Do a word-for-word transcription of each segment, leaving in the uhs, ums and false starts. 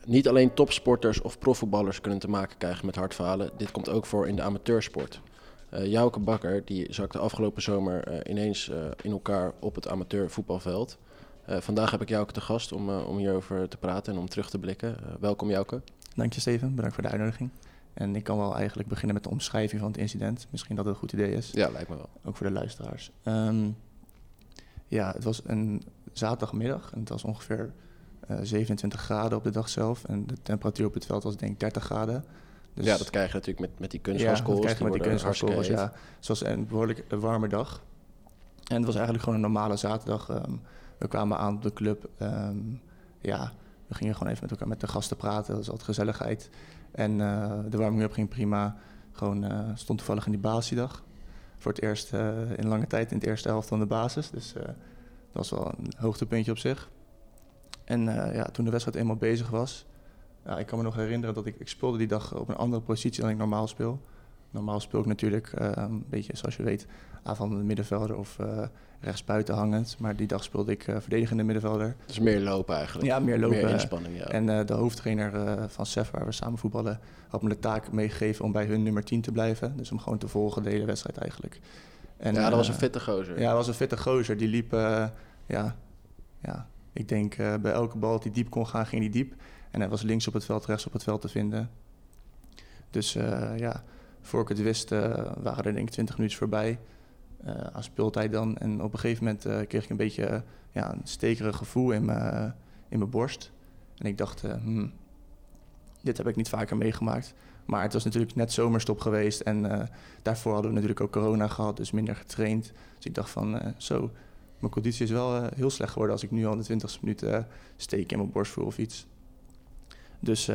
Niet alleen topsporters of profvoetballers kunnen te maken krijgen met hartfalen. Dit komt ook voor in de amateursport. Uh, Jouke Bakker die zakte afgelopen zomer uh, ineens uh, in elkaar op het amateurvoetbalveld. Uh, vandaag heb ik Jouke te gast om, uh, om hierover te praten en om terug te blikken. Uh, welkom Jouke. Dank je Steven, bedankt voor de uitnodiging. En ik kan wel eigenlijk beginnen met de omschrijving van het incident. Misschien dat het een goed idee is. Ja, lijkt me wel. Ook voor de luisteraars. Um, ja, het was een zaterdagmiddag en het was ongeveer uh, zevenentwintig graden op de dag zelf. En de temperatuur op het veld was denk ik dertig graden. Dus ja, dat krijg je natuurlijk met, met die kunstgraskorrels. Ja, dat krijg je met die kunstgraskorrels, ja. Het was een behoorlijk warme dag. En het was eigenlijk gewoon een normale zaterdag. Um, we kwamen aan op de club. Um, ja, we gingen gewoon even met elkaar met de gasten praten. Dat was altijd gezelligheid. En uh, de warming-up ging prima. Gewoon uh, stond toevallig in die basisdag. Voor het eerst uh, in lange tijd in de eerste helft van de basis. Dus uh, dat was wel een hoogtepuntje op zich. En uh, ja, toen de wedstrijd eenmaal bezig was... Ja, ik kan me nog herinneren dat ik, ik speelde die dag op een andere positie dan ik normaal speel. Normaal speel ik natuurlijk uh, een beetje, zoals je weet, aanvallende middenvelder of uh, rechtsbuiten hangend. Maar die dag speelde ik uh, verdedigende middenvelder. Dus meer lopen eigenlijk? Ja, meer lopen. Meer inspanning, ja. En uh, de hoofdtrainer uh, van S E F, waar we samen voetballen, had me de taak meegegeven om bij hun nummer tien te blijven. Dus om gewoon te volgen de hele wedstrijd eigenlijk. En, ja, dat was uh, een fitte gozer. Ja, dat was een fitte gozer. Die liep, uh, ja, ja, ik denk uh, bij elke bal dat hij diep kon gaan, ging hij diep. En hij was links op het veld, rechts op het veld te vinden. Dus uh, ja, voor ik het wist uh, waren er denk ik twintig minuutjes voorbij. Uh, aan speeltijd dan. En op een gegeven moment uh, kreeg ik een beetje uh, ja, een stekerig gevoel in mijn, uh, in mijn borst. En ik dacht, uh, hmm, dit heb ik niet vaker meegemaakt. Maar het was natuurlijk net zomerstop geweest. En uh, daarvoor hadden we natuurlijk ook corona gehad, dus minder getraind. Dus ik dacht van, uh, zo, mijn conditie is wel uh, heel slecht geworden als ik nu al in de twintigste minuut uh, steek in mijn borst voel of iets. Dus uh,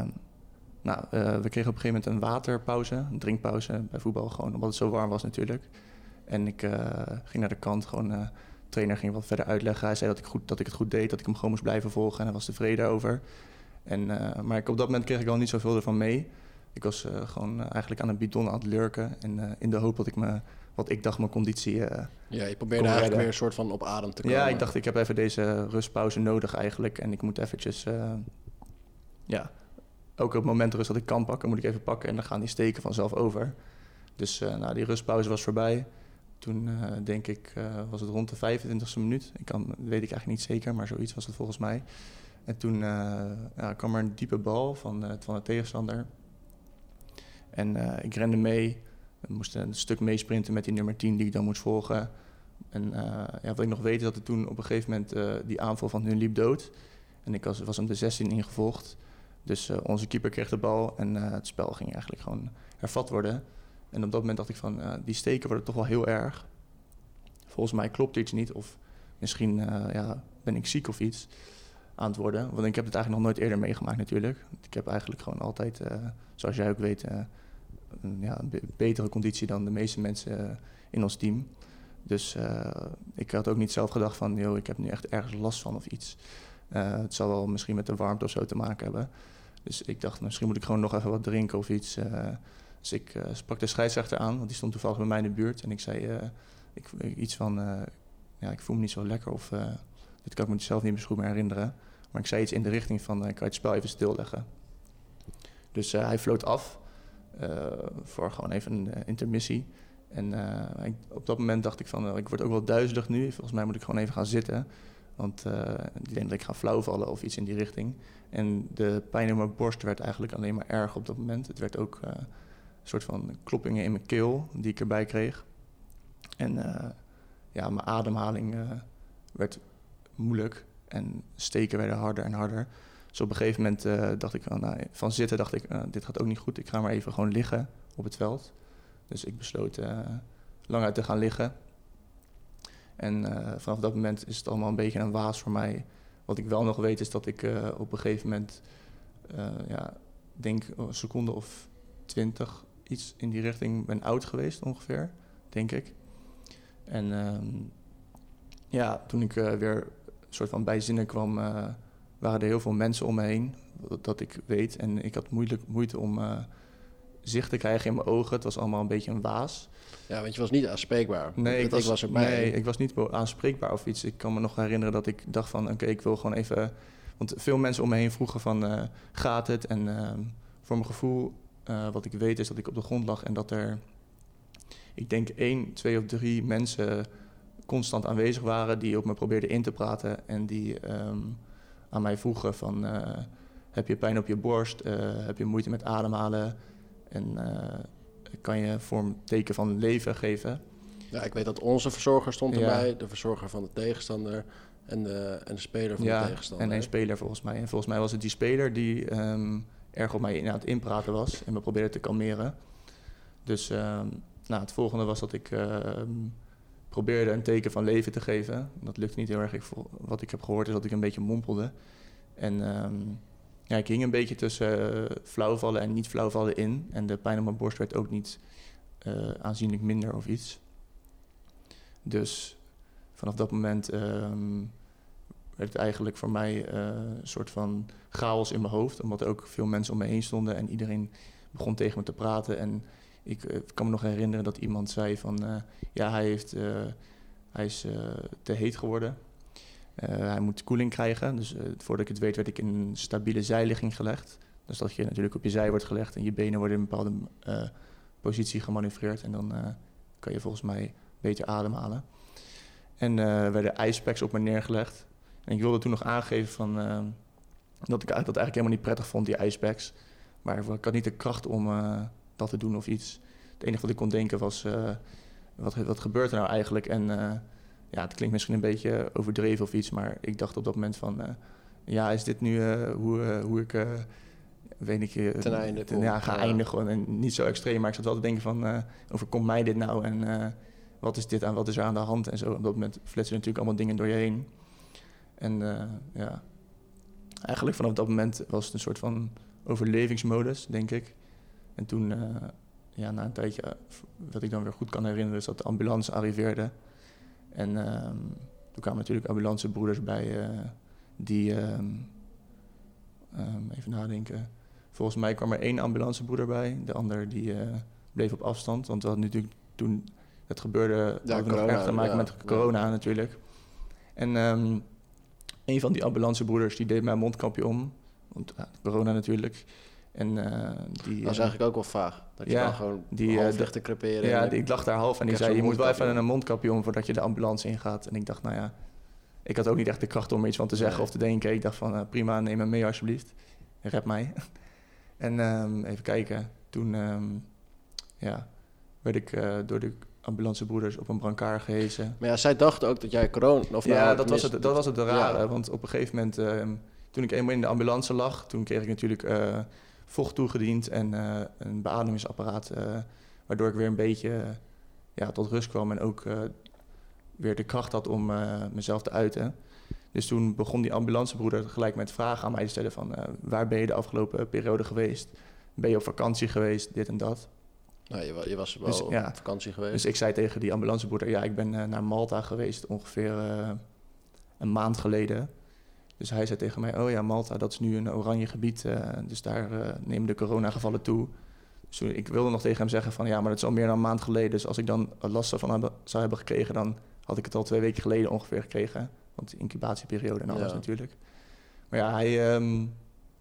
nou, uh, we kregen op een gegeven moment een waterpauze, een drinkpauze bij voetbal, gewoon omdat het zo warm was natuurlijk. En ik uh, ging naar de kant, gewoon, uh, de trainer ging wat verder uitleggen. Hij zei dat ik, goed, dat ik het goed deed, dat ik hem gewoon moest blijven volgen en hij was tevreden daarover. En, uh, maar ik, op dat moment kreeg ik al niet zoveel ervan mee. Ik was uh, gewoon uh, eigenlijk aan een bidon aan het lurken en uh, in de hoop dat ik me, wat ik dacht mijn conditie... Uh, ja, je probeerde eigenlijk weer een soort van op adem te komen. Ja, ik dacht ik heb even deze rustpauze nodig eigenlijk en ik moet eventjes... Uh, Ja, ook op het moment rust dat ik kan pakken, moet ik even pakken en dan gaan die steken vanzelf over. Dus uh, nou, die rustpauze was voorbij. Toen uh, denk ik, uh, was het rond de vijfentwintigste minuut. Ik kan, dat weet ik eigenlijk niet zeker, maar zoiets was het volgens mij. En toen uh, ja, kwam er een diepe bal van, uh, van de tegenstander. En uh, ik rende mee. We moesten een stuk meesprinten met die nummer tien die ik dan moest volgen. En uh, ja, wat ik nog weet is dat er toen op een gegeven moment uh, die aanval van hun liep dood. En ik was, was hem de zestien ingevolgd. Dus uh, onze keeper kreeg de bal en uh, het spel ging eigenlijk gewoon hervat worden. En op dat moment dacht ik van, uh, die steken worden toch wel heel erg. Volgens mij klopt iets niet of misschien uh, ja, ben ik ziek of iets aan het worden. Want ik heb het eigenlijk nog nooit eerder meegemaakt natuurlijk. Ik heb eigenlijk gewoon altijd, uh, zoals jij ook weet, uh, een, ja, een be- betere conditie dan de meeste mensen uh, in ons team. Dus uh, ik had ook niet zelf gedacht van, joh, ik heb nu echt ergens last van of iets. Uh, het zal wel misschien met de warmte of zo te maken hebben. Dus ik dacht, misschien moet ik gewoon nog even wat drinken of iets. Uh, dus ik uh, sprak de scheidsrechter aan, want die stond toevallig bij mij in de buurt. En ik zei uh, ik, iets van, uh, ja, ik voel me niet zo lekker of uh, dit kan ik me zelf niet meer goed meer herinneren. Maar ik zei iets in de richting van, uh, kan je het spel even stilleggen? Dus uh, hij floot af uh, voor gewoon even een uh, intermissie. En uh, ik, op dat moment dacht ik van, uh, ik word ook wel duizelig nu. Volgens mij moet ik gewoon even gaan zitten. Want uh, ik denk dat ik ga flauwvallen of iets in die richting. En de pijn in mijn borst werd eigenlijk alleen maar erg op dat moment. Het werd ook uh, een soort van kloppingen in mijn keel die ik erbij kreeg. En uh, ja, mijn ademhaling uh, werd moeilijk en steken werden harder en harder. Dus op een gegeven moment uh, dacht ik van, nou, van zitten dacht ik, uh, dit gaat ook niet goed. Ik ga maar even gewoon liggen op het veld. Dus ik besloot uh, lang uit te gaan liggen. En uh, vanaf dat moment is het allemaal een beetje een waas voor mij. Wat ik wel nog weet is dat ik uh, op een gegeven moment, uh, ja, denk een seconde of twintig, iets in die richting ben oud geweest ongeveer, denk ik. En um, ja, toen ik uh, weer een soort van bij zinnen kwam, uh, waren er heel veel mensen om me heen, dat, dat ik weet. En ik had moeilijk, moeite om uh, zicht te krijgen in mijn ogen. Het was allemaal een beetje een waas. Ja, want je was niet aanspreekbaar. Nee, ik was, ik was erbij. Nee, ik was niet aanspreekbaar of iets. Ik kan me nog herinneren dat ik dacht van, oké, okay, ik wil gewoon even Want veel mensen om me heen vroegen van, uh, gaat het? En uh, voor mijn gevoel, uh, wat ik weet is dat ik op de grond lag en dat er, ik denk één, twee of drie mensen constant aanwezig waren die op me probeerden in te praten en die um, aan mij vroegen van, uh, heb je pijn op je borst? Uh, heb je moeite met ademhalen? En uh, kan je vorm teken van leven geven? Ja, ik weet dat onze verzorger stond erbij, ja. de verzorger van de tegenstander en de, en de speler van ja, de tegenstander. En een speler volgens mij. En volgens mij was het die speler die um, erg op mij aan het inpraten was en me probeerde te kalmeren. Dus um, nou, het volgende was dat ik uh, probeerde een teken van leven te geven. Dat lukte niet heel erg. Ik, wat ik heb gehoord is dat ik een beetje mompelde. En um, ja, ik hing een beetje tussen uh, flauwvallen en niet flauwvallen in. En de pijn op mijn borst werd ook niet uh, aanzienlijk minder of iets. Dus vanaf dat moment um, werd het eigenlijk voor mij uh, een soort van chaos in mijn hoofd. Omdat er ook veel mensen om me heen stonden en iedereen begon tegen me te praten. En ik uh, kan me nog herinneren dat iemand zei van, uh, ja, hij, heeft, uh, hij is uh, te heet geworden. Uh, hij moet koeling krijgen. Dus uh, voordat ik het weet werd ik in een stabiele zijligging gelegd. Dus dat je natuurlijk op je zij wordt gelegd en je benen worden in een bepaalde uh, positie gemanoeuvreerd. En dan uh, kan je volgens mij beter ademhalen. En uh, werden ijspacks op me neergelegd. En ik wilde toen nog aangeven van, uh, dat ik dat eigenlijk helemaal niet prettig vond, die ijspacks. Maar ik had niet de kracht om uh, dat te doen of iets. Het enige wat ik kon denken was, uh, wat, wat gebeurt er nou eigenlijk? En uh, ja, het klinkt misschien een beetje overdreven of iets, maar ik dacht op dat moment van, uh, ja, is dit nu uh, hoe, uh, hoe ik, uh, weet ik, uh, ten einde ten, ja, ga ja. eindigen? En niet zo extreem, maar ik zat wel te denken van, uh, overkomt mij dit nou? En uh, wat is dit aan, wat is er aan de hand? En zo, op dat moment flitsen natuurlijk allemaal dingen door je heen. En uh, ja, eigenlijk vanaf dat moment was het een soort van overlevingsmodus, denk ik. En toen, uh, ja, na een tijdje, wat ik dan weer goed kan herinneren, is dat de ambulance arriveerde. En uh, toen kwamen natuurlijk ambulancebroeders bij, uh, die, uh, um, even nadenken, volgens mij kwam er één ambulancebroeder bij, de ander die uh, bleef op afstand. Want we hadden natuurlijk toen het gebeurde, ja, hadden we nog erg te maken ja, met corona ja. natuurlijk. En um, een van die ambulancebroeders die deed mijn mondkapje om, want uh, corona natuurlijk. En, uh, die, dat is eigenlijk ook wel vaag. Dat je ja, dan gewoon die, half uh, ligt te creperen. Ja, die, ik lag daar half en die zei, je moet wel even om. een mondkapje om voordat je de ambulance ingaat. En ik dacht, nou ja, ik had ook niet echt de kracht om er iets van te zeggen nee. of te denken. Ik dacht van, uh, prima, neem me mee alsjeblieft. Red mij. en um, even kijken, toen um, ja, werd ik uh, door de ambulancebroeders op een brancard gehezen. Maar ja, zij dachten ook dat jij corona... Of ja, nou, dat, was het, dat was het rare. Ja. Want op een gegeven moment, uh, toen ik eenmaal in de ambulance lag, toen kreeg ik natuurlijk uh, vocht toegediend en uh, een beademingsapparaat, uh, waardoor ik weer een beetje uh, ja, tot rust kwam en ook uh, weer de kracht had om uh, mezelf te uiten. Dus toen begon die ambulancebroeder gelijk met vragen aan mij te stellen van, uh, waar ben je de afgelopen periode geweest? Ben je op vakantie geweest, dit en dat? Nou, je, je was wel dus, op ja, vakantie geweest. Dus ik zei tegen die ambulancebroeder, ja, ik ben uh, naar Malta geweest ongeveer uh, een maand geleden. Dus hij zei tegen mij, oh ja, Malta, dat is nu een oranje gebied, uh, dus daar uh, nemen de coronagevallen toe. Dus ik wilde nog tegen hem zeggen van, ja, maar dat is al meer dan een maand geleden. Dus als ik dan last van hebben, zou hebben gekregen, dan had ik het al twee weken geleden ongeveer gekregen. Want de incubatieperiode en alles ja. natuurlijk. Maar ja hij, um,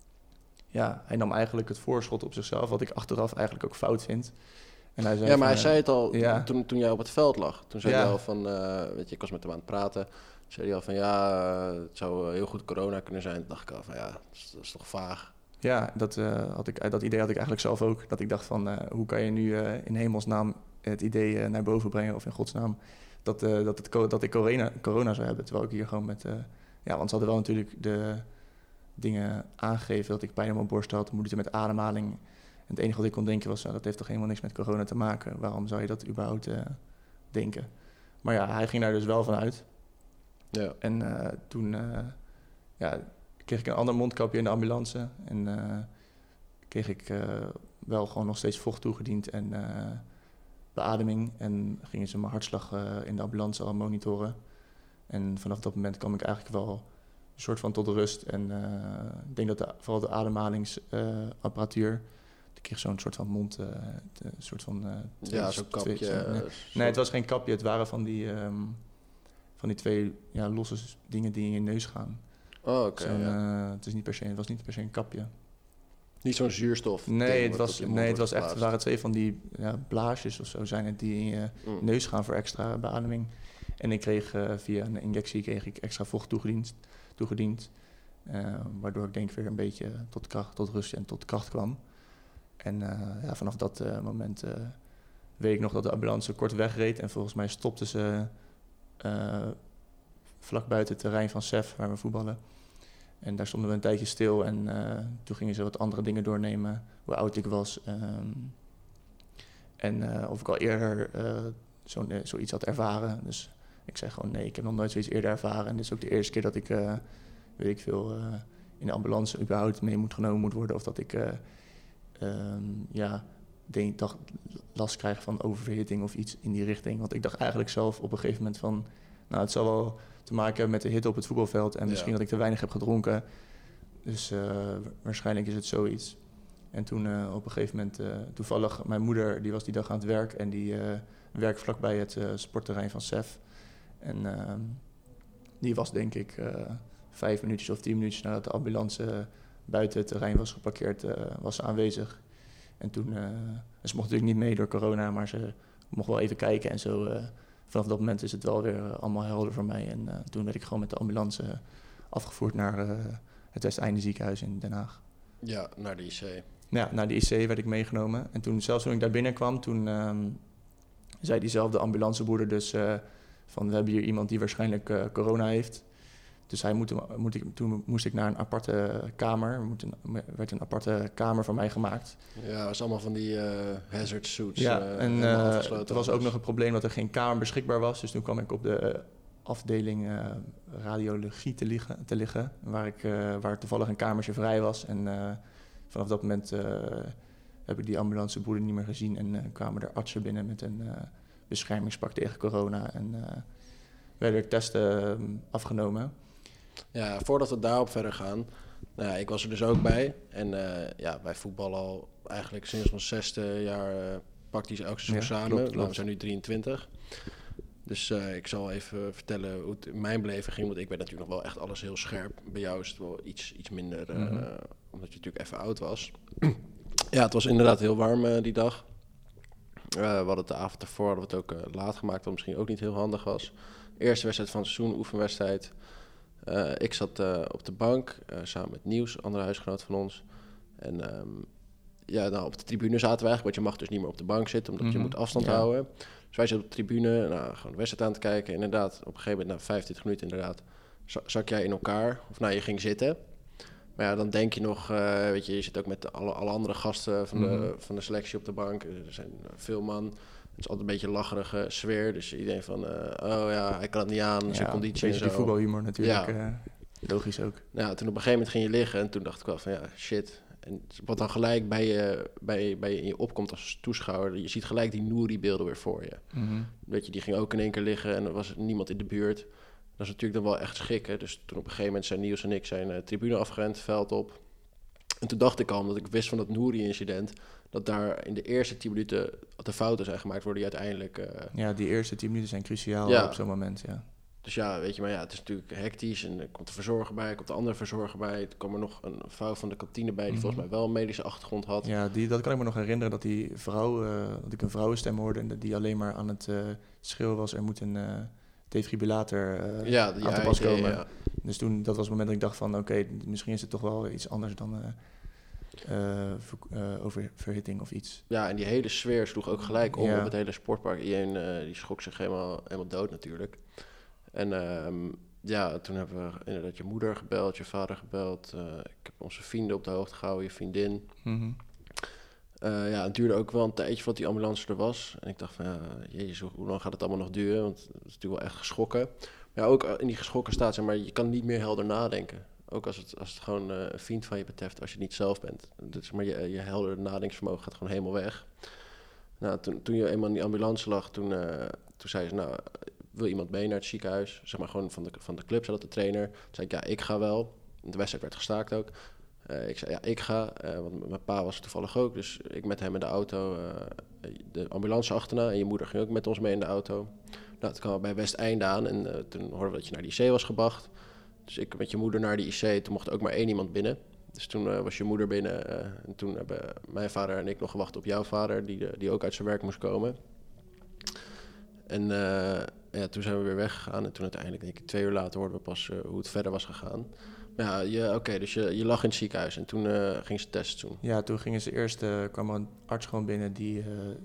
ja, hij nam eigenlijk het voorschot op zichzelf, wat ik achteraf eigenlijk ook fout vind. En hij zei ja, maar van, hij zei het al ja. toen, toen jij op het veld lag. Toen zei ja. hij al van, uh, weet je, ik was met hem aan het praten. Zei hij al van, ja, uh, het zou heel goed corona kunnen zijn. Toen dacht ik al van, ja, dat is, dat is toch vaag. Ja, dat, uh, had ik, dat idee had ik eigenlijk zelf ook. Dat ik dacht van, uh, hoe kan je nu uh, in hemelsnaam het idee uh, naar boven brengen, of in godsnaam, dat, uh, dat, het, dat ik corona, corona zou hebben. Terwijl ik hier gewoon met, uh, ja, want ze hadden wel natuurlijk de dingen aangegeven dat ik pijn op mijn borst had, moeite met ademhaling. En het enige wat ik kon denken was, nou, dat heeft toch helemaal niks met corona te maken. Waarom zou je dat überhaupt uh, denken? Maar ja, hij ging daar dus wel van uit. Ja. En uh, toen uh, ja, kreeg ik een ander mondkapje in de ambulance. En uh, kreeg ik uh, wel gewoon nog steeds vocht toegediend en uh, beademing. En gingen ze mijn hartslag uh, in de ambulance al monitoren. En vanaf dat moment kwam ik eigenlijk wel een soort van tot rust. En uh, ik denk dat de, vooral de ademhalingsapparatuur... Uh, ik kreeg zo'n soort van mond, uh, een soort van... Uh, twee, ja, zo'n kapje. Twee, zo, nee. nee, het was geen kapje. Het waren van die, um, van die twee ja, losse dingen die in je neus gaan. Oh Oh, oké. Okay, ja. uh, het, is niet per se, het was niet per se een kapje. Niet zo'n zuurstof. Nee, het was, nee, het was echt, het waren twee van die ja, blaasjes of zo zijn het die in je mm. neus gaan voor extra beademing. En ik kreeg uh, via een injectie kreeg ik extra vocht toegediend, toegediend uh, waardoor ik denk weer een beetje tot kracht, tot rust en tot kracht kwam. En uh, ja, vanaf dat uh, moment uh, weet ik nog dat de ambulance kort wegreed en volgens mij stopten ze uh, vlak buiten het terrein van S E F waar we voetballen. En daar stonden we een tijdje stil en uh, toen gingen ze wat andere dingen doornemen, hoe oud ik was. Um, en uh, of ik al eerder uh, zo, uh, zoiets had ervaren. Dus ik zei gewoon nee, ik heb nog nooit zoiets eerder ervaren. En dit is ook de eerste keer dat ik, uh, weet ik veel, uh, in de ambulance überhaupt mee moet genomen moet worden. Of dat ik, uh, um, ja, denk, dacht, last krijg van oververhitting of iets in die richting. Want ik dacht eigenlijk zelf op een gegeven moment van, nou het zal wel te maken hebben met de hitte op het voetbalveld en misschien ja. dat ik te weinig heb gedronken. Dus uh, waarschijnlijk is het zoiets. En toen uh, op een gegeven moment, uh, toevallig, mijn moeder die was die dag aan het werk en die uh, werkt vlakbij het uh, sportterrein van S E F. En uh, die was denk ik uh, vijf minuutjes of tien minuutjes nadat de ambulance uh, buiten het terrein was geparkeerd, uh, was ze aanwezig. En toen, uh, ze mocht natuurlijk niet mee door corona, maar ze mocht wel even kijken en zo. Uh, vanaf dat moment is het wel weer uh, allemaal helder voor mij. En uh, toen werd ik gewoon met de ambulance uh, afgevoerd naar uh, het Westeinde ziekenhuis in Den Haag. Ja, naar de I C. Ja, naar de I C werd ik meegenomen. En toen, zelfs toen ik daar binnenkwam, toen um, zei diezelfde ambulanceboerder dus uh, van we hebben hier iemand die waarschijnlijk uh, corona heeft. Dus hij moet, moet ik, toen moest ik naar een aparte kamer. Er moet een, werd een aparte kamer voor mij gemaakt. Ja, het was allemaal van die uh, hazard suits. Ja, uh, en uh, er was ook nog een probleem dat er geen kamer beschikbaar was. Dus toen kwam ik op de uh, afdeling uh, radiologie te liggen, te liggen waar, ik, uh, waar toevallig een kamertje vrij was. En uh, vanaf dat moment uh, heb ik die ambulanceboerder niet meer gezien. En uh, kwamen er artsen binnen met een uh, beschermingspak tegen corona. En uh, werden er testen uh, afgenomen. Ja, voordat we daarop verder gaan. Nou ja, ik was er dus ook bij. En uh, ja, wij voetballen al eigenlijk sinds ons zesde jaar uh, praktisch elk seizoen ja, samen. Klopt, klopt. We zijn nu drieëntwintig. Dus uh, ik zal even vertellen hoe het in mijn beleving ging. Want ik ben natuurlijk nog wel echt alles heel scherp. Bij jou is het wel iets, iets minder, uh, mm-hmm. omdat je natuurlijk even oud was. Ja, het was inderdaad heel warm uh, die dag. Uh, we hadden het de avond ervoor hadden we het ook uh, laat gemaakt, wat misschien ook niet heel handig was. Eerste wedstrijd van het seizoen, oefenwedstrijd. Uh, ik zat uh, op de bank, uh, samen met Nieuws, andere huisgenoot van ons. En um, ja, nou, op de tribune zaten we eigenlijk, want je mag dus niet meer op de bank zitten, omdat mm-hmm. je moet afstand ja. houden. Dus wij zitten op de tribune, nou, gewoon de wedstrijd aan te kijken. Inderdaad, op een gegeven moment, na vijfentwintig minuten inderdaad, zak jij in elkaar. Of nou, je ging zitten. Maar ja, dan denk je nog, uh, weet je, je zit ook met alle, alle andere gasten van de, mm-hmm. van de selectie op de bank. Er zijn veel man. Het is altijd een beetje een lacherige sfeer. Dus iedereen van, uh, oh ja, hij kan het niet aan, ja, zijn conditie en zo. Die voetbalhumor natuurlijk, ja. uh, logisch ook. Nou, toen op een gegeven moment ging je liggen en toen dacht ik wel van, ja, shit. En wat dan gelijk bij je, bij, bij je in je opkomt als toeschouwer, je ziet gelijk die Nouri-beelden weer voor je. Mm-hmm. Weet je, die ging ook in één keer liggen en er was niemand in de buurt. Dat is natuurlijk dan wel echt schrikken. Dus toen op een gegeven moment zijn Niels en ik zijn uh, tribune afgerend, veld op. En toen dacht ik al, omdat ik wist van dat Nouri-incident, dat daar in de eerste tien minuten de fouten zijn gemaakt worden die uiteindelijk... Uh... Ja, die eerste tien minuten zijn cruciaal ja. op zo'n moment, ja. Dus ja, weet je, maar ja, het is natuurlijk hectisch en er komt de verzorger bij, er komt de andere verzorger bij. Er kwam er nog een vrouw van de kantine bij die mm-hmm. volgens mij wel een medische achtergrond had. Ja, die, dat kan ik me nog herinneren, dat die vrouw, uh, dat ik een vrouwenstem hoorde en die alleen maar aan het uh, schreeuwen was, er moet een uh, defibrillator uh, ja, die aan te pas komen. Ja. Dus toen, dat was het moment dat ik dacht van, oké, okay, misschien is het toch wel iets anders dan... Uh, Uh, ver, uh, oververhitting of iets. Ja, en die hele sfeer sloeg ook gelijk om ja. op het hele sportpark. Iedereen uh, die schrok zich helemaal, helemaal dood natuurlijk. En uh, ja, toen hebben we inderdaad je moeder gebeld, je vader gebeld. Uh, ik heb onze vrienden op de hoogte gehouden, je vriendin. Mm-hmm. Uh, ja, het duurde ook wel een tijdje voordat die ambulance er was. En ik dacht van, ja, jezus, hoe lang gaat het allemaal nog duren? Want het is natuurlijk wel echt geschrokken. Maar ja, ook in die geschrokken staat, zeg maar, je kan niet meer helder nadenken. Ook als het, als het gewoon uh, een vriend van je betreft, als je het niet zelf bent. Dus, maar je, je helder nadenksvermogen gaat gewoon helemaal weg. Nou, toen, toen je eenmaal in die ambulance lag, toen, uh, toen zei ze, nou, wil iemand mee naar het ziekenhuis? Zeg maar gewoon van de, van de club, zei dat de trainer. Toen zei ik, ja, ik ga wel. De wedstrijd werd gestaakt ook. Uh, ik zei, ja, ik ga. Uh, want mijn pa was toevallig ook. Dus ik met hem in de auto, uh, de ambulance achterna. En je moeder ging ook met ons mee in de auto. Nou, toen kwamen we bij Westeinde aan. En uh, toen hoorden we dat je naar de I C was gebracht. Dus ik met je moeder naar de I C, toen mocht ook maar één iemand binnen. Dus toen uh, was je moeder binnen uh, en toen hebben mijn vader en ik nog gewacht op jouw vader, die, uh, die ook uit zijn werk moest komen. En uh, ja, toen zijn we weer weggegaan en toen uiteindelijk, denk ik, twee uur later hoorden we pas uh, hoe het verder was gegaan. Maar ja, oké, okay, dus je, je lag in het ziekenhuis en toen uh, ging ze testen toen. Ja, toen gingen ze eerst, uh, kwam er een arts gewoon binnen die, uh,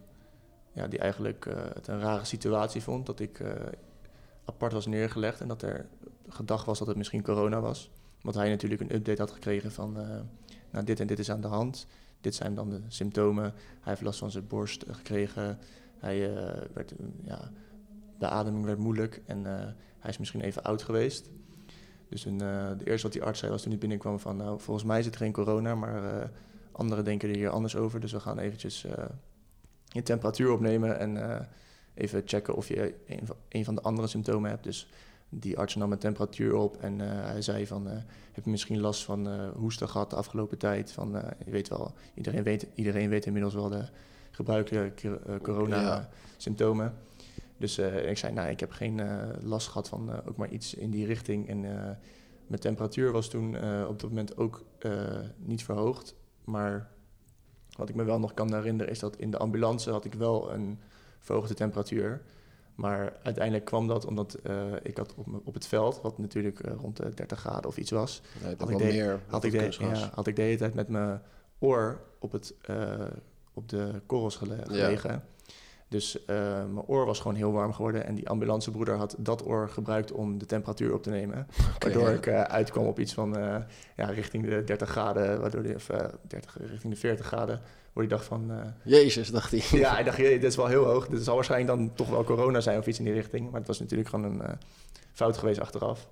ja, die eigenlijk uh, het een rare situatie vond. Dat ik uh, apart was neergelegd en dat er gedacht was dat het misschien corona was. Want hij natuurlijk een update had gekregen van, uh, nou dit en dit is aan de hand. Dit zijn dan de symptomen. Hij heeft last van zijn borst uh, gekregen. Hij uh, werd, uh, ja, de ademing werd moeilijk en uh, hij is misschien even oud geweest. Dus toen, uh, de eerste wat die arts zei was toen hij binnenkwam van, nou volgens mij is het geen corona, maar uh, anderen denken er hier anders over. Dus we gaan eventjes uh, je temperatuur opnemen en uh, even checken of je een van, een van de andere symptomen hebt. Dus die arts nam mijn temperatuur op en uh, hij zei van, uh, heb je misschien last van uh, hoesten gehad de afgelopen tijd? Van, uh, je weet wel, iedereen weet, iedereen weet inmiddels wel de gebruikelijke uh, corona-symptomen. Dus uh, ik zei, nou, ik heb geen uh, last gehad van uh, ook maar iets in die richting. En uh, mijn temperatuur was toen uh, op dat moment ook uh, niet verhoogd. Maar wat ik me wel nog kan herinneren is dat in de ambulance had ik wel een verhoogde temperatuur. Maar uiteindelijk kwam dat omdat uh, ik had op, op het veld, wat natuurlijk uh, rond de dertig graden of iets was, nee, had, ik de, meer had, ik de, ja, had ik de hele tijd met mijn oor op, het, uh, op de korrels gele- gelegen. Ja. Dus uh, mijn oor was gewoon heel warm geworden en die ambulancebroeder had dat oor gebruikt om de temperatuur op te nemen. Okay, waardoor ja. ik uh, uitkwam op iets van uh, ja, richting de dertig graden, waardoor die, of uh, dertig, richting de veertig graden. Waar ik dacht van... Uh, Jezus, dacht hij. Ja, ik dacht, dit is wel heel hoog. Dit zal waarschijnlijk dan toch wel corona zijn of iets in die richting. Maar het was natuurlijk gewoon een uh, fout geweest achteraf.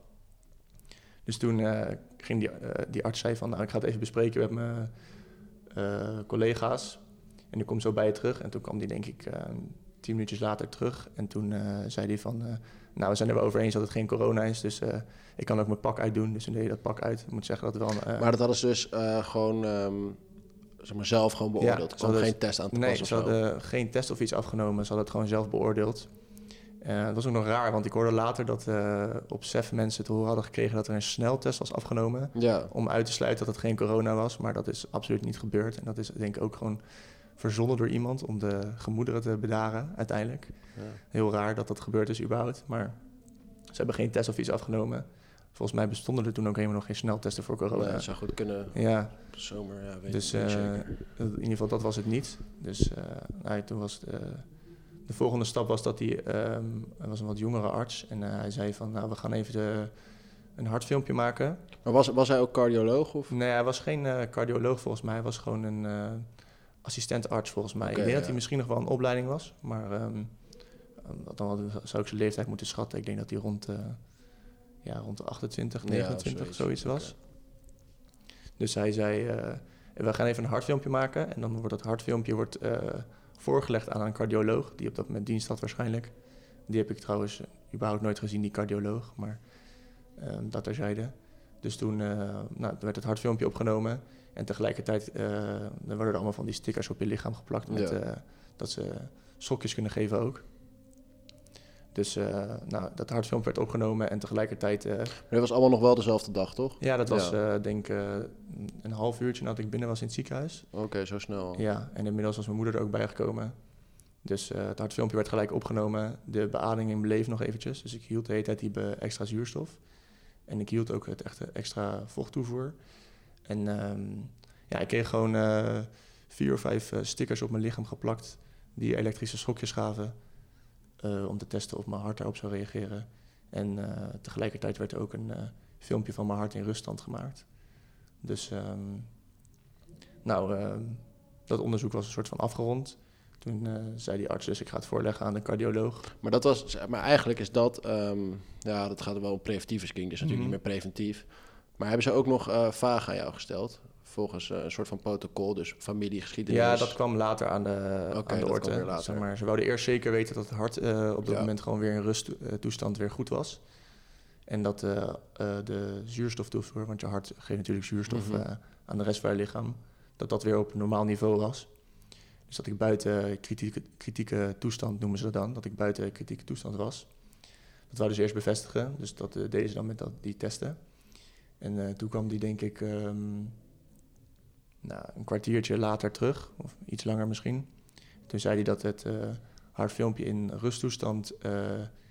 Dus toen uh, ging die, uh, die arts zei van, nou, ik ga het even bespreken met mijn uh, collega's. En ik kom zo bij je terug. En toen kwam die denk ik uh, tien minuutjes later terug. En toen uh, zei hij van, uh, nou, we zijn er wel over eens dat het geen corona is. Dus uh, ik kan ook mijn pak uitdoen. Dus toen deed je dat pak uit. Ik moet zeggen dat wel... Uh, maar dat hadden ze dus uh, gewoon... Um... zeg maar zelf gewoon beoordeeld. Ja, ze hadden geen test aan te nee, passen. Nee, ze hadden geen test of iets afgenomen. Ze hadden het gewoon zelf beoordeeld. Uh, dat was ook nog raar, want ik hoorde later dat uh, op S E F mensen te horen hadden gekregen dat er een sneltest was afgenomen. Ja. Om uit te sluiten dat het geen corona was. Maar dat is absoluut niet gebeurd. En dat is denk ik ook gewoon verzonnen door iemand om de gemoederen te bedaren uiteindelijk. Ja. Heel raar dat dat gebeurd is überhaupt. Maar ze hebben geen test of iets afgenomen. Volgens mij bestonden er toen ook helemaal nog geen sneltesten voor corona. Ja, dat zou goed kunnen. Ja. Zomer, ja, weet dus ik niet uh, zeker. In ieder geval, dat was het niet. Dus uh, nou, toen was de, de volgende stap was dat hij... Um, hij was een wat jongere arts. En uh, hij zei van, nou, we gaan even de, een hartfilmpje maken. Maar was, was hij ook cardioloog? Of? Nee, hij was geen uh, cardioloog volgens mij. Hij was gewoon een uh, assistentarts volgens mij. Okay, ik denk ja. dat hij misschien nog wel een opleiding was. Maar um, dan zou ik zijn leeftijd moeten schatten. Ik denk dat hij rond... Uh, Ja, rond de achtentwintig, negenentwintig, ja, zoiets, zoiets was. Okay. Dus hij zei, uh, we gaan even een hartfilmpje maken. En dan wordt dat hartfilmpje wordt, uh, voorgelegd aan een cardioloog, die op dat moment dienst had waarschijnlijk. Die heb ik trouwens uh, überhaupt nooit gezien, die cardioloog, maar uh, dat terzijde. Dus toen uh, nou, werd het hartfilmpje opgenomen. En tegelijkertijd uh, dan worden er allemaal van die stickers op je lichaam geplakt, met, ja. uh, dat ze schokjes kunnen geven ook. Dus uh, nou, dat hartfilmpje werd opgenomen en tegelijkertijd... Uh, maar dat was allemaal nog wel dezelfde dag, toch? Ja, dat was ja. uh, denk ik uh, een half uurtje nadat ik binnen was in het ziekenhuis. Oké, okay, zo snel. Ja, en inmiddels was mijn moeder er ook bij gekomen. Dus uh, het hartfilmpje werd gelijk opgenomen. De beademing bleef nog eventjes. Dus ik hield de hele tijd die be- extra zuurstof. En ik hield ook het echte extra vochttoevoer. En um, ja, ik kreeg gewoon uh, vier of vijf uh, stickers op mijn lichaam geplakt... die elektrische schokjes gaven... Uh, om te testen of mijn hart daarop zou reageren. En uh, tegelijkertijd werd er ook een uh, filmpje van mijn hart in ruststand gemaakt. Dus um, nou, uh, dat onderzoek was een soort van afgerond. Toen uh, zei die arts dus, ik ga het voorleggen aan de cardioloog. Maar dat was, maar eigenlijk is dat, um, ja, dat gaat er wel om preventieve screening, dus natuurlijk mm-hmm. niet meer preventief. Maar hebben ze ook nog uh, vragen aan jou gesteld? Volgens uh, een soort van protocol, dus familiegeschiedenis. Ja, dat kwam later aan de, okay, aan de orde. Zeg maar, ze wilden eerst zeker weten dat het hart uh, op dat ja. moment gewoon weer in rusttoestand weer goed was. En dat uh, uh, de zuurstoftoevoer, want je hart geeft natuurlijk zuurstof mm-hmm. uh, aan de rest van je lichaam, dat dat weer op een normaal niveau was. Dus dat ik buiten kritieke, kritieke toestand, noemen ze dat dan, dat ik buiten kritieke toestand was. Dat wou dus eerst bevestigen, dus dat uh, deden ze dan met dat, die testen. En uh, toen kwam die denk ik um, nou, een kwartiertje later terug, of iets langer misschien. Toen zei hij dat het uh, hartfilmpje in rusttoestand uh,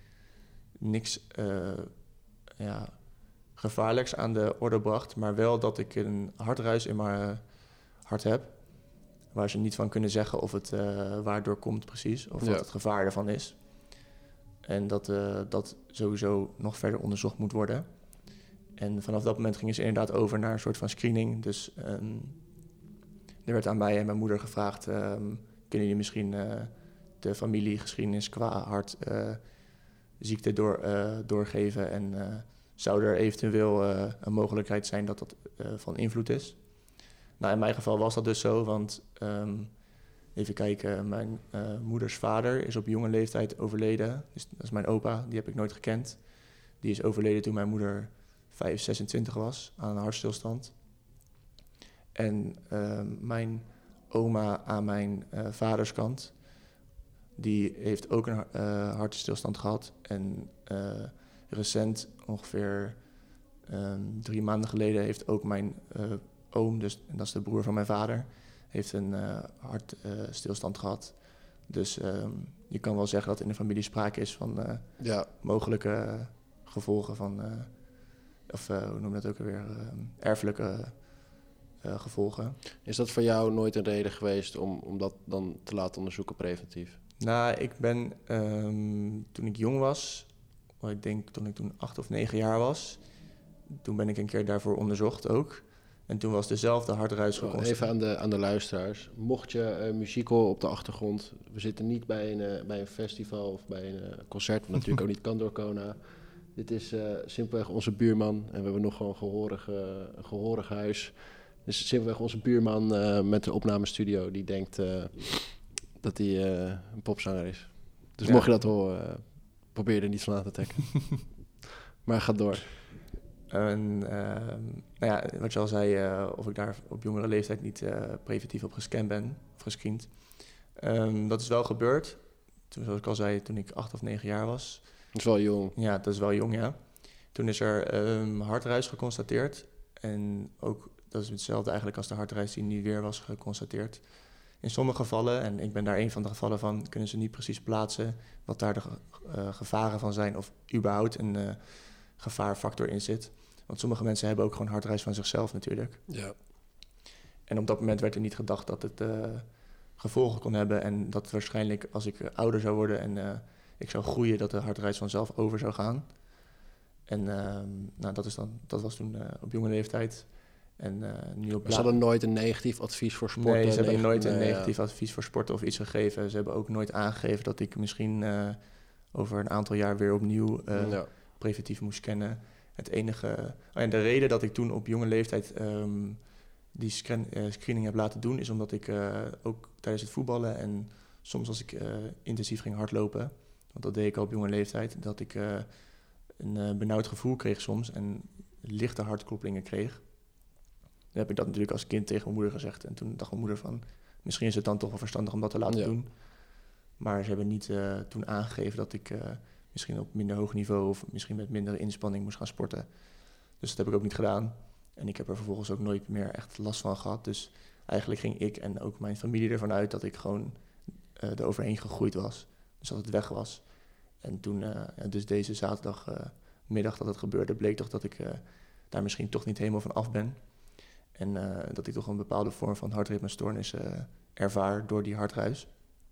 niks uh, ja, gevaarlijks aan de orde bracht, maar wel dat ik een hartruis in mijn uh, hart heb, waar ze niet van kunnen zeggen of het uh, waardoor komt precies, of ja. wat het gevaar ervan is. En dat uh, dat sowieso nog verder onderzocht moet worden. En vanaf dat moment gingen ze inderdaad over naar een soort van screening. Dus um, er werd aan mij en mijn moeder gevraagd, um, kunnen jullie misschien uh, de familiegeschiedenis qua hartziekte uh, door, uh, doorgeven en uh, zou er eventueel uh, een mogelijkheid zijn dat dat uh, van invloed is. Nou, in mijn geval was dat dus zo, want um, even kijken, mijn uh, moeders vader is op jonge leeftijd overleden. Dus dat is mijn opa, die heb ik nooit gekend. Die is overleden toen mijn moeder vijf, zesentwintig was aan een hartstilstand. En uh, mijn oma aan mijn uh, vaders kant, die heeft ook een uh, hartstilstand gehad. En uh, recent, ongeveer um, drie maanden geleden, heeft ook mijn uh, oom, dus en dat is de broer van mijn vader, heeft een uh, hartstilstand uh, gehad. Dus um, je kan wel zeggen dat in de familie sprake is van uh, ja. mogelijke uh, gevolgen van, uh, of uh, hoe noem je dat ook alweer, uh, erfelijke uh, gevolgen. Is dat voor jou nooit een reden geweest om, om dat dan te laten onderzoeken preventief? Nou, ik ben, um, toen ik jong was, ik denk toen ik toen acht of negen jaar was, toen ben ik een keer daarvoor onderzocht ook. En toen was dezelfde hartruis geconstateerd. Even aan de, aan de luisteraars. Mocht je uh, muziek horen op de achtergrond, we zitten niet bij een, uh, bij een festival of bij een uh, concert, wat natuurlijk ook niet kan door corona. Dit is uh, simpelweg onze buurman en we hebben nog gewoon een gehoorig, uh, een gehoorig huis. Dit is simpelweg onze buurman uh, met de opnamestudio die denkt uh, dat hij uh, een popzanger is. Dus ja. Mocht je dat horen, uh, probeer er niet van aan te trekken. Maar ga door. En, uh, nou ja, wat je al zei, uh, of ik daar op jongere leeftijd niet uh, preventief op gescand ben, of gescreend. Um, dat is wel gebeurd. Toen, zoals ik al zei, toen ik acht of negen jaar was. Dat is wel jong. Ja, dat is wel jong, ja. Toen is er um, hartruis geconstateerd. En ook, dat is hetzelfde eigenlijk als de hartruis die nu weer was geconstateerd. In sommige gevallen, en ik ben daar een van de gevallen van, kunnen ze niet precies plaatsen wat daar de uh, gevaren van zijn of überhaupt een uh, gevaarfactor in zit. Want sommige mensen hebben ook gewoon hartruis van zichzelf natuurlijk. Ja. En op dat moment werd er niet gedacht dat het uh, gevolgen kon hebben. En dat waarschijnlijk als ik uh, ouder zou worden en uh, ik zou groeien, dat de hartruis vanzelf over zou gaan. En uh, nou, dat, is dan, dat was toen uh, op jonge leeftijd. En, uh, nu op la- ze hadden nooit een negatief advies voor sporten? Nee, ze hebben neg- nooit een nee, negatief ja. advies voor sporten of iets gegeven. Ze hebben ook nooit aangegeven dat ik misschien uh, over een aantal jaar weer opnieuw uh, ja. preventief moest scannen. Het enige, oh ja, de reden dat ik toen op jonge leeftijd um, die scan, uh, screening heb laten doen, is omdat ik uh, ook tijdens het voetballen en soms als ik uh, intensief ging hardlopen, want dat deed ik al op jonge leeftijd, dat ik uh, een uh, benauwd gevoel kreeg soms en lichte hartkloppingen kreeg. Dan heb ik dat natuurlijk als kind tegen mijn moeder gezegd en toen dacht mijn moeder van, misschien is het dan toch wel verstandig om dat te laten ja. doen. Maar ze hebben niet uh, toen aangegeven dat ik uh, misschien op minder hoog niveau of misschien met mindere inspanning moest gaan sporten. Dus dat heb ik ook niet gedaan. En ik heb er vervolgens ook nooit meer echt last van gehad. Dus eigenlijk ging ik en ook mijn familie ervan uit dat ik gewoon uh, eroverheen gegroeid was. Dus dat het weg was. En toen, uh, ja, dus deze zaterdagmiddag uh, dat het gebeurde, bleek toch dat ik uh, daar misschien toch niet helemaal van af ben. En uh, dat ik toch een bepaalde vorm van hartritmestoornis uh, ervaar door die hartruis.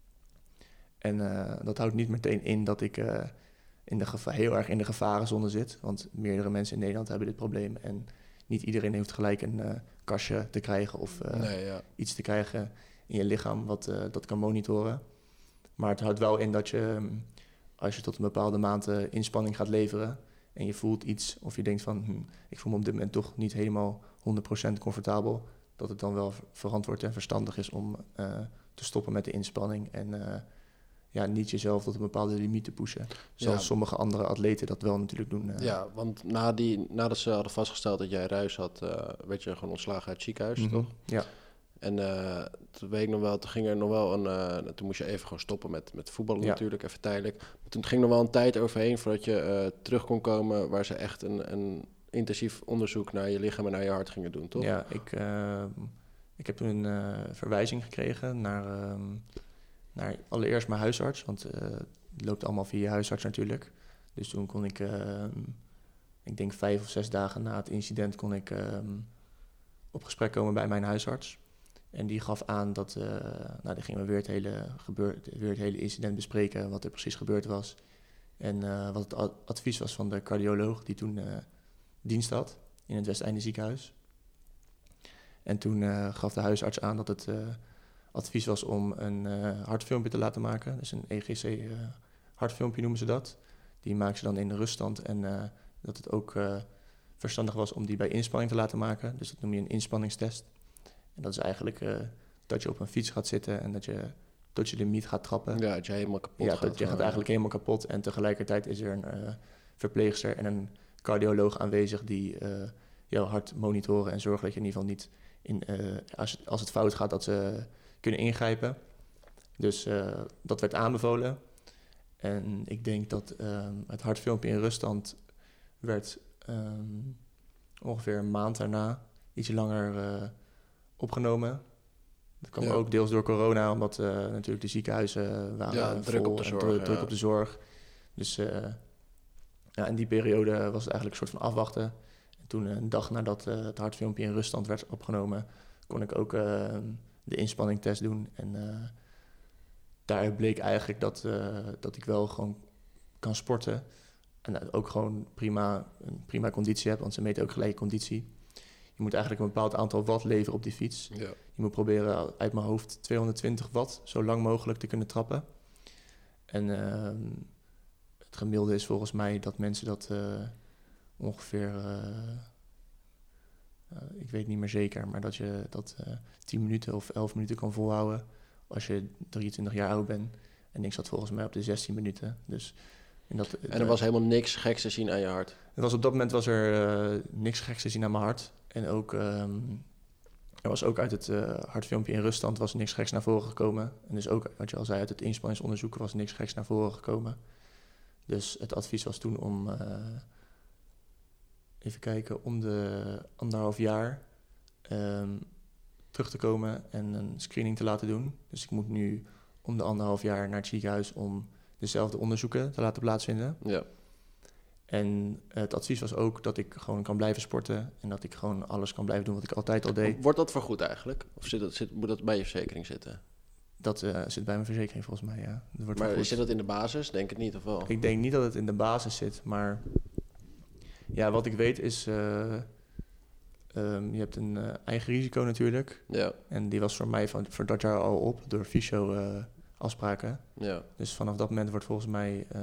En uh, dat houdt niet meteen in dat ik uh, in de geva- heel erg in de gevarenzone zit. Want meerdere mensen in Nederland hebben dit probleem. En niet iedereen heeft gelijk een uh, kastje te krijgen of uh, nee, ja. iets te krijgen in je lichaam wat uh, dat kan monitoren. Maar het houdt wel in dat je, als je tot een bepaalde maand uh, inspanning gaat leveren en je voelt iets of je denkt van, hm, ik voel me op dit moment toch niet helemaal honderd procent comfortabel, dat het dan wel verantwoord en verstandig is om uh, te stoppen met de inspanning en uh, ja, niet jezelf tot een bepaalde limiet te pushen. Zoals ja. sommige andere atleten dat wel natuurlijk doen. Uh. Ja, want na die, nadat ze hadden vastgesteld dat jij ruis had, uh, werd je gewoon ontslagen uit het ziekenhuis, Mm-hmm. toch? Ja. En uh, toen weet ik nog wel, toen ging er nog wel een... Uh, toen moest je even gewoon stoppen met, met voetballen ja. natuurlijk, even tijdelijk. Maar toen ging er wel een tijd overheen voordat je uh, terug kon komen waar ze echt een, een intensief onderzoek naar je lichaam en naar je hart gingen doen, toch? Ja, ik, uh, ik heb toen een uh, verwijzing gekregen naar, uh, naar allereerst mijn huisarts. Want uh, het loopt allemaal via je huisarts natuurlijk. Dus toen kon ik, uh, ik denk vijf of zes dagen na het incident, kon ik uh, op gesprek komen bij mijn huisarts. En die gaf aan dat, uh, nou, dan gingen we weer het, hele gebeur, weer het hele incident bespreken, wat er precies gebeurd was. En uh, wat het advies was van de cardioloog die toen uh, dienst had in het Westeinde ziekenhuis. En toen uh, gaf de huisarts aan dat het uh, advies was om een uh, hartfilmpje te laten maken. Dus een E G C uh, hartfilmpje noemen ze dat. Die maken ze dan in de ruststand. En uh, dat het ook uh, verstandig was om die bij inspanning te laten maken. Dus dat noem je een inspanningstest. En dat is eigenlijk uh, dat je op een fiets gaat zitten en dat je tot je limiet gaat trappen. Ja, dat je helemaal kapot ja, gaat. Ja, dat je gaat eigenlijk helemaal kapot. En tegelijkertijd is er een uh, verpleegster en een cardioloog aanwezig die uh, jouw hart monitoren en zorgen dat je in ieder geval niet, in, uh, als, het, als het fout gaat, dat ze kunnen ingrijpen. Dus uh, dat werd aanbevolen. En ik denk dat um, het hartfilmpje in ruststand werd um, ongeveer een maand daarna, ietsje langer uh, opgenomen. Dat kwam ja. ook deels door corona, omdat uh, natuurlijk de ziekenhuizen waren ja, vol druk op de zorg. Druk, druk ja. op de zorg. Dus uh, ja, in die periode was het eigenlijk een soort van afwachten. En toen een dag nadat uh, het hartfilmpje in ruststand werd opgenomen, kon ik ook uh, de inspanningtest doen. En uh, daar bleek eigenlijk dat, uh, dat ik wel gewoon kan sporten. En uh, ook gewoon prima, een prima conditie heb, want ze meten ook gelijk conditie. Je moet eigenlijk een bepaald aantal watt leveren op die fiets. Ja. Je moet proberen uit mijn hoofd tweehonderdtwintig watt zo lang mogelijk te kunnen trappen. En uh, het gemiddelde is volgens mij dat mensen dat uh, ongeveer, uh, uh, ik weet niet meer zeker, maar dat je dat uh, tien minuten of elf minuten kan volhouden als je drieëntwintig jaar oud bent. En ik zat volgens mij op de zestien minuten. Dus in dat, en er was helemaal niks geks te zien aan je hart? Er was op dat moment was er uh, niks geks te zien aan mijn hart. En ook, um, er was ook uit het uh, hartfilmpje in ruststand was niks geks naar voren gekomen. En dus ook, wat je al zei, uit het inspanningsonderzoek was niks geks naar voren gekomen. Dus het advies was toen om, uh, even kijken, om de anderhalf jaar um, terug te komen en een screening te laten doen. Dus ik moet nu om de anderhalf jaar naar het ziekenhuis om dezelfde onderzoeken te laten plaatsvinden. Ja. En het advies was ook dat ik gewoon kan blijven sporten en dat ik gewoon alles kan blijven doen wat ik altijd al deed. Wordt dat vergoed eigenlijk? Of zit dat, zit, moet dat bij je verzekering zitten? Dat uh, zit bij mijn verzekering volgens mij, ja. Dat wordt maar vergoed. Zit dat in de basis? Denk het niet, of wel? Ik denk niet dat het in de basis zit, maar ja, wat ik weet is, uh, um, je hebt een uh, eigen risico natuurlijk. Ja. En die was voor mij van, voor dat jaar al op door fysio uh, afspraken. Ja. Dus vanaf dat moment wordt volgens mij uh,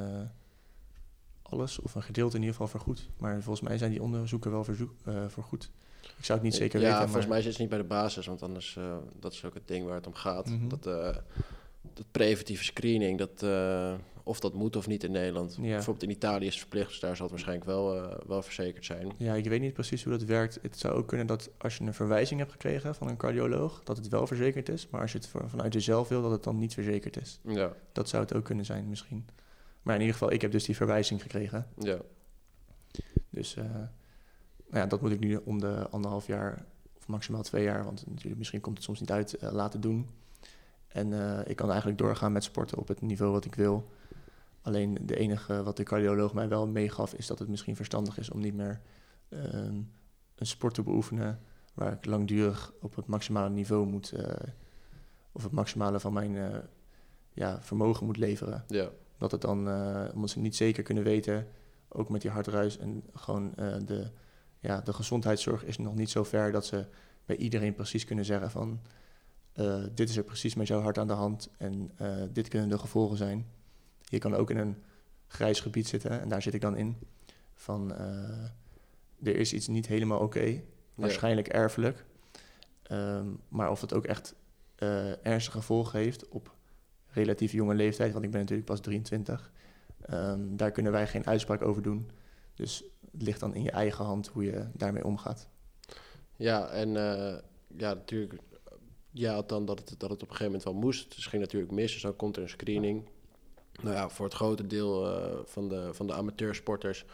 alles, of een gedeelte in ieder geval, vergoed. Maar volgens mij zijn die onderzoeken wel verzoek, uh, vergoed. Ik zou het niet zeker ja, weten. Ja, volgens maar... mij zit het niet bij de basis, want anders, uh, dat is ook het ding waar het om gaat. Mm-hmm. Dat, uh, dat preventieve screening, dat, uh, of dat moet of niet in Nederland. Ja. Bijvoorbeeld in Italië is het verplicht, dus daar zal het waarschijnlijk wel, uh, wel verzekerd zijn. Ja, ik weet niet precies hoe dat werkt. Het zou ook kunnen dat als je een verwijzing hebt gekregen van een cardioloog, dat het wel verzekerd is. Maar als je het vanuit jezelf wil, dat het dan niet verzekerd is. Ja. Dat zou het ook kunnen zijn misschien. Maar in ieder geval, ik heb dus die verwijzing gekregen. Ja. Dus uh, nou ja, dat moet ik nu om de anderhalf jaar of maximaal twee jaar, want natuurlijk misschien komt het soms niet uit, uh, laten doen. En uh, ik kan eigenlijk doorgaan met sporten op het niveau wat ik wil. Alleen de enige wat de cardioloog mij wel meegaf is dat het misschien verstandig is om niet meer uh, een sport te beoefenen waar ik langdurig op het maximale niveau moet, uh, of het maximale van mijn uh, ja, vermogen moet leveren. Ja. Dat het dan, uh, omdat ze niet zeker kunnen weten, ook met die hartruis en gewoon uh, de, ja, de gezondheidszorg is nog niet zo ver dat ze bij iedereen precies kunnen zeggen van uh, dit is er precies met jouw hart aan de hand en uh, dit kunnen de gevolgen zijn. Je kan ook in een grijs gebied zitten en daar zit ik dan in van uh, er is iets niet helemaal oké, okay, waarschijnlijk ja. erfelijk, um, maar of het ook echt uh, ernstige gevolgen heeft op relatief jonge leeftijd, want ik ben natuurlijk pas drieëntwintig. Um, daar kunnen wij geen uitspraak over doen. Dus het ligt dan in je eigen hand hoe je daarmee omgaat. Ja, en uh, ja, natuurlijk, ja, had dan dat het, dat het op een gegeven moment wel moest. Dus het ging natuurlijk mis, dus dan komt er een screening. Nou ja, voor het grote deel uh, van, de, van de amateursporters,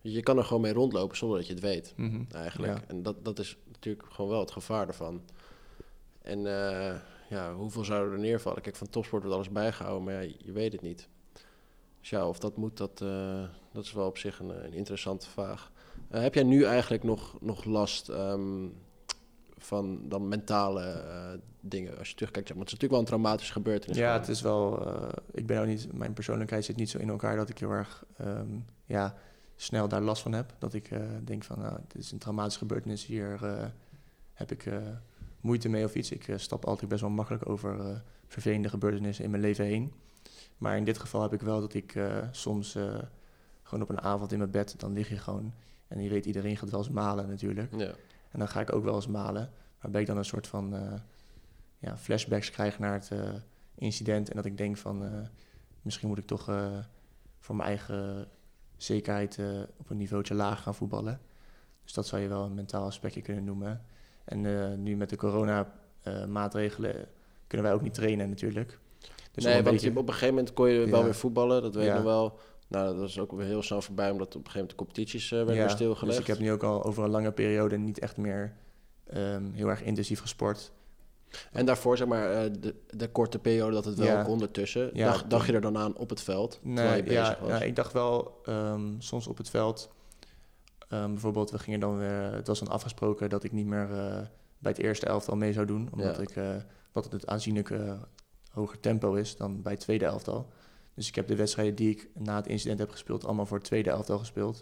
je kan er gewoon mee rondlopen zonder dat je het weet, Mm-hmm. eigenlijk. Ja. En dat, dat is natuurlijk gewoon wel het gevaar ervan. En uh, ja, hoeveel zouden er neervallen? Kijk, van topsport wordt alles bijgehouden, maar ja, je weet het niet. Dus ja, of dat moet, dat, uh, dat is wel op zich een, een interessante vraag. Uh, heb jij nu eigenlijk nog, nog last um, van dan mentale uh, dingen, als je terugkijkt? Want het is natuurlijk wel een traumatische gebeurtenis. Ja, gewoon. het is wel... Uh, ik ben ook niet... Mijn persoonlijkheid zit niet zo in elkaar dat ik heel erg um, ja, snel daar last van heb. Dat ik uh, denk van, nou, dit is een traumatische gebeurtenis. Hier uh, heb ik uh, moeite mee of iets. Ik uh, stap altijd best wel makkelijk over uh, vervelende gebeurtenissen in mijn leven heen. Maar in dit geval heb ik wel dat ik uh, soms uh, gewoon op een avond in mijn bed, dan lig je gewoon... En je weet, iedereen gaat wel eens malen natuurlijk. Ja. En dan ga ik ook wel eens malen. Waarbij ik dan een soort van uh, ja, flashbacks krijg naar het uh, incident. En dat ik denk van, uh, misschien moet ik toch uh, voor mijn eigen zekerheid uh, op een niveautje laag gaan voetballen. Dus dat zou je wel een mentaal aspectje kunnen noemen. En uh, nu met de corona uh, maatregelen kunnen wij ook niet trainen natuurlijk. Dus nee, een want beetje... op een gegeven moment kon je wel ja. weer voetballen, dat weet ik ja. nog wel. Nou, dat is ook weer heel snel voorbij, omdat op een gegeven moment de competities uh, werden ja, weer stilgelegd. Dus ik heb nu ook al over een lange periode niet echt meer um, heel erg intensief gesport. En daarvoor, zeg maar, uh, de, de korte periode dat het wel ja. kon ondertussen, Ja, dacht, dacht je er dan aan op het veld, nee, terwijl je bezig ja, was? Ja, ik dacht wel um, soms op het veld. Um, bijvoorbeeld, we gingen dan weer, het was dan afgesproken dat ik niet meer uh, bij het eerste elftal mee zou doen. Omdat ja. ik, uh, dat het het aanzienlijk uh, hoger tempo is dan bij het tweede elftal. Dus ik heb de wedstrijden die ik na het incident heb gespeeld, allemaal voor het tweede elftal gespeeld.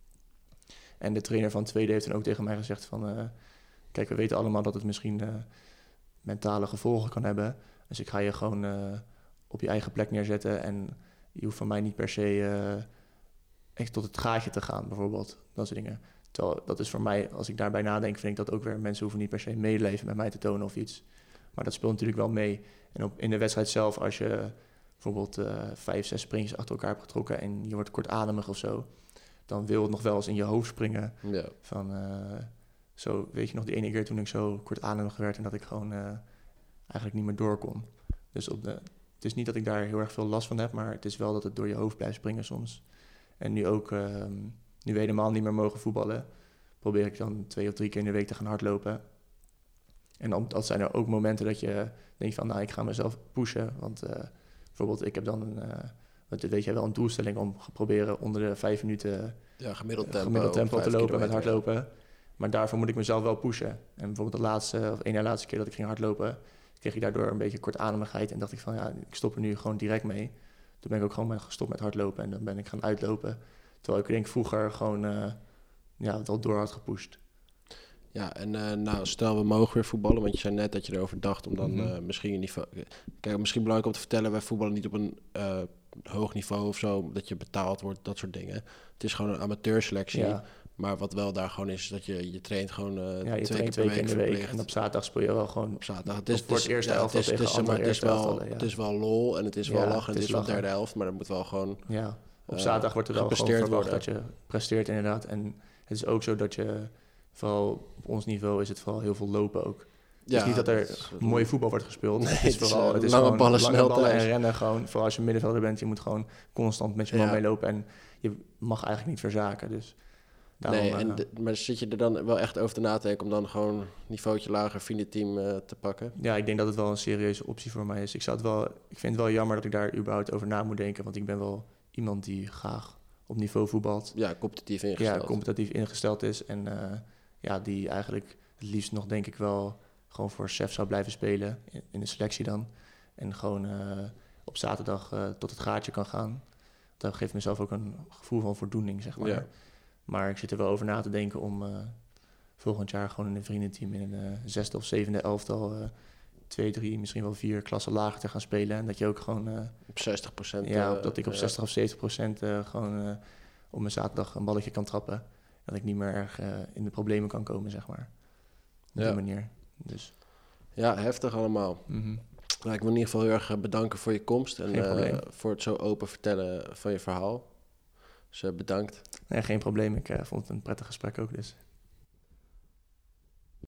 En de trainer van het tweede heeft dan ook tegen mij gezegd van... Uh, kijk, we weten allemaal dat het misschien uh, mentale gevolgen kan hebben. Dus ik ga je gewoon uh, op je eigen plek neerzetten. En je hoeft van mij niet per se uh, echt tot het gaatje te gaan, bijvoorbeeld. Dat soort dingen. Terwijl dat is voor mij, als ik daarbij nadenk, vind ik dat ook weer... mensen hoeven niet per se medeleven met mij te tonen of iets. Maar dat speelt natuurlijk wel mee. En op, in de wedstrijd zelf, als je... bijvoorbeeld uh, vijf, zes springetjes achter elkaar hebt getrokken en je wordt kortademig of zo, dan wil het nog wel eens in je hoofd springen. Ja. Van, uh, zo, weet je nog, die ene keer toen ik zo kortademig werd en dat ik gewoon uh, eigenlijk niet meer door kon. Dus op de, het is niet dat ik daar heel erg veel last van heb, maar het is wel dat het door je hoofd blijft springen soms. En nu ook, uh, nu we helemaal niet meer mogen voetballen, probeer ik dan twee of drie keer in de week te gaan hardlopen. En dan dat zijn er ook momenten dat je denkt van, nou, ik ga mezelf pushen, want... Uh, Bijvoorbeeld, ik heb dan, een, uh, dat weet jij wel, een doelstelling om te proberen onder de vijf minuten ja, gemiddeld tempo, gemiddeld tempo te lopen met hardlopen. Ja. Maar daarvoor moet ik mezelf wel pushen. En bijvoorbeeld de laatste, of één na laatste keer dat ik ging hardlopen, kreeg ik daardoor een beetje kortademigheid en dacht ik van, ja, ik stop er nu gewoon direct mee. Toen ben ik ook gewoon gestopt met hardlopen en dan ben ik gaan uitlopen. Terwijl ik denk vroeger gewoon, uh, ja, het al door had gepusht. Ja, en uh, nou, stel we mogen weer voetballen, want je zei net dat je erover dacht om dan Mm-hmm. uh, misschien een niveau... Kijk, misschien belangrijk om te vertellen, wij voetballen niet op een uh, hoog niveau of zo, dat je betaald wordt, dat soort dingen. Het is gewoon een amateurselectie, ja. Maar wat wel daar gewoon is, is dat je, je traint gewoon uh, ja, je twee traint keer per week week in de week. verplicht. En op zaterdag speel je wel gewoon op zaterdag. Het is, voor het eerste ja, elftal het is, tegen het is, maar, het is wel, elftallen, ja. Het is wel lol en het is wel ja, lachen en het is wel lachen. derde helft, maar dat moet wel gewoon... Ja, op uh, zaterdag wordt er wel gewoon verwacht worden. dat je presteert inderdaad. En het is ook zo dat je, vooral op ons niveau is het vooral heel veel lopen ook. Het ja, is niet dat er is, mooi voetbal wordt gespeeld. Nee, het is vooral het is, het is lange gewoon ballen, lange snel ballen en thuis. rennen gewoon. Vooral als je middenvelder bent, je moet gewoon constant met je man ja. meelopen. En je mag eigenlijk niet verzaken. Dus daarom, nee, en uh, de, maar zit je er dan wel echt over te nadenken om dan gewoon een niveautje lager vriendenteam uh, te pakken? Ja, ik denk dat het wel een serieuze optie voor mij is. Ik, zou het wel, ik vind het wel jammer dat ik daar überhaupt over na moet denken. Want ik ben wel iemand die graag op niveau voetbalt. Ja, competitief ingesteld. Ja, competitief ingesteld is. En uh, ja, die eigenlijk het liefst nog denk ik wel gewoon voor S E F zou blijven spelen. In, in de selectie dan. En gewoon uh, op zaterdag uh, tot het gaatje kan gaan. Dat geeft mezelf ook een gevoel van voldoening, zeg maar. Ja. Maar ik zit er wel over na te denken om uh, volgend jaar gewoon in een vriendenteam in een uh, zesde of zevende elftal uh, twee, drie, misschien wel vier klassen lager te gaan spelen. En dat je ook gewoon... Uh, op zestig procent. Ja, uh, dat ik op uh, zestig of zeventig procent uh, gewoon uh, op mijn zaterdag een balletje kan trappen. Dat ik niet meer erg uh, in de problemen kan komen, zeg maar. Op ja. die manier. Dus. Ja, heftig allemaal. Mm-hmm. Nou, ik wil in ieder geval heel erg bedanken voor je komst. En uh, voor het zo open vertellen van je verhaal. Dus uh, bedankt. Nee, geen probleem. Ik uh, vond het een prettig gesprek ook dus.